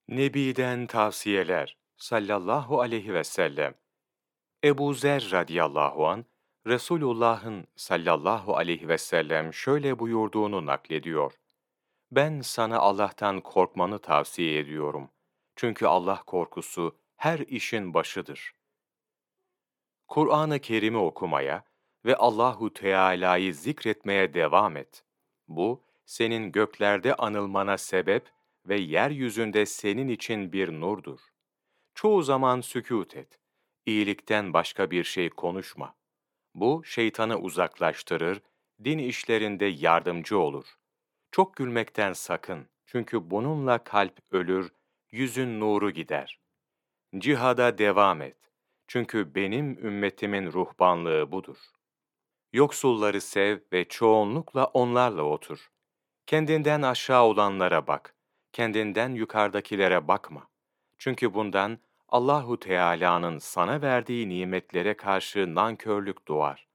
Nebi'den tavsiyeler sallallahu aleyhi ve sellem. Ebu Zer radıyallahu an Resulullah'ın sallallahu aleyhi ve sellem şöyle buyurduğunu naklediyor. Ben sana Allah'tan korkmanı tavsiye ediyorum. Çünkü Allah korkusu her işin başıdır. Kur'an-ı Kerim'i okumaya ve Allahu Teala'yı zikretmeye devam et. Bu, senin göklerde anılmana sebep ve yeryüzünde senin için bir nurdur. Çoğu zaman sükût et. İyilikten başka bir şey konuşma. Bu, şeytanı uzaklaştırır, din işlerinde yardımcı olur. Çok gülmekten sakın. Çünkü bununla kalp ölür, yüzün nuru gider. Cihada devam et. Çünkü benim ümmetimin ruhbanlığı budur. Yoksulları sev ve çoğunlukla onlarla otur. Kendinden aşağı olanlara bak. Kendinden yukarıdakilere bakma. Çünkü bundan Allahu Teala'nın sana verdiği nimetlere karşı nankörlük doğar.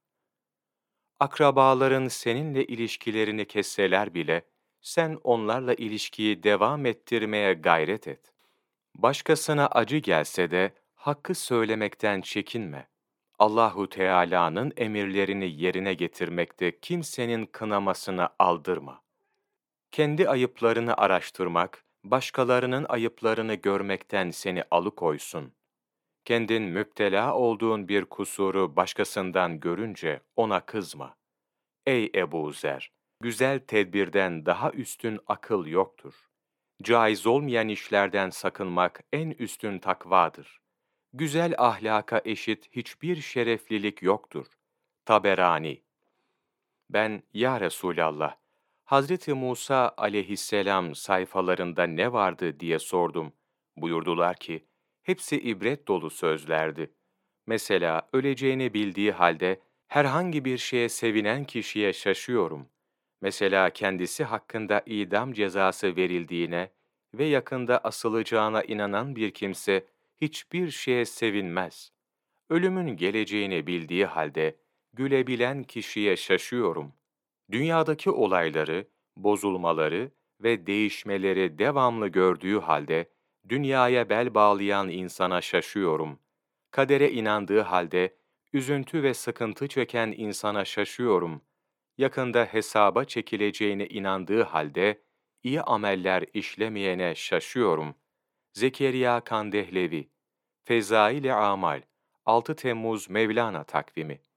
Akrabaların seninle ilişkilerini kesseler bile sen onlarla ilişkiyi devam ettirmeye gayret et. Başkasına acı gelse de hakkı söylemekten çekinme. Allahu Teala'nın emirlerini yerine getirmekte kimsenin kınamasını aldırma. Kendi ayıplarını araştırmak, başkalarının ayıplarını görmekten seni alıkoysun. Kendin müptela olduğun bir kusuru başkasından görünce ona kızma. Ey Ebu Zer! Güzel tedbirden daha üstün akıl yoktur. Caiz olmayan işlerden sakınmak en üstün takvadır. Güzel ahlaka eşit hiçbir şereflilik yoktur. Taberani. Ben, ya Resulallah, Hazreti Musa aleyhisselam sayfalarında ne vardı diye sordum. Buyurdular ki, hepsi ibret dolu sözlerdi. Mesela öleceğini bildiği halde herhangi bir şeye sevinen kişiye şaşıyorum. Mesela kendisi hakkında idam cezası verildiğine ve yakında asılacağına inanan bir kimse hiçbir şeye sevinmez. Ölümün geleceğini bildiği halde gülebilen kişiye şaşıyorum. Dünyadaki olayları, bozulmaları ve değişmeleri devamlı gördüğü halde dünyaya bel bağlayan insana şaşıyorum. Kadere inandığı halde üzüntü ve sıkıntı çeken insana şaşıyorum. Yakında hesaba çekileceğine inandığı halde iyi ameller işlemeyene şaşıyorum. Zekeriya Kandehlevi, Fezail-i Amal, 6 Temmuz Mevlana takvimi.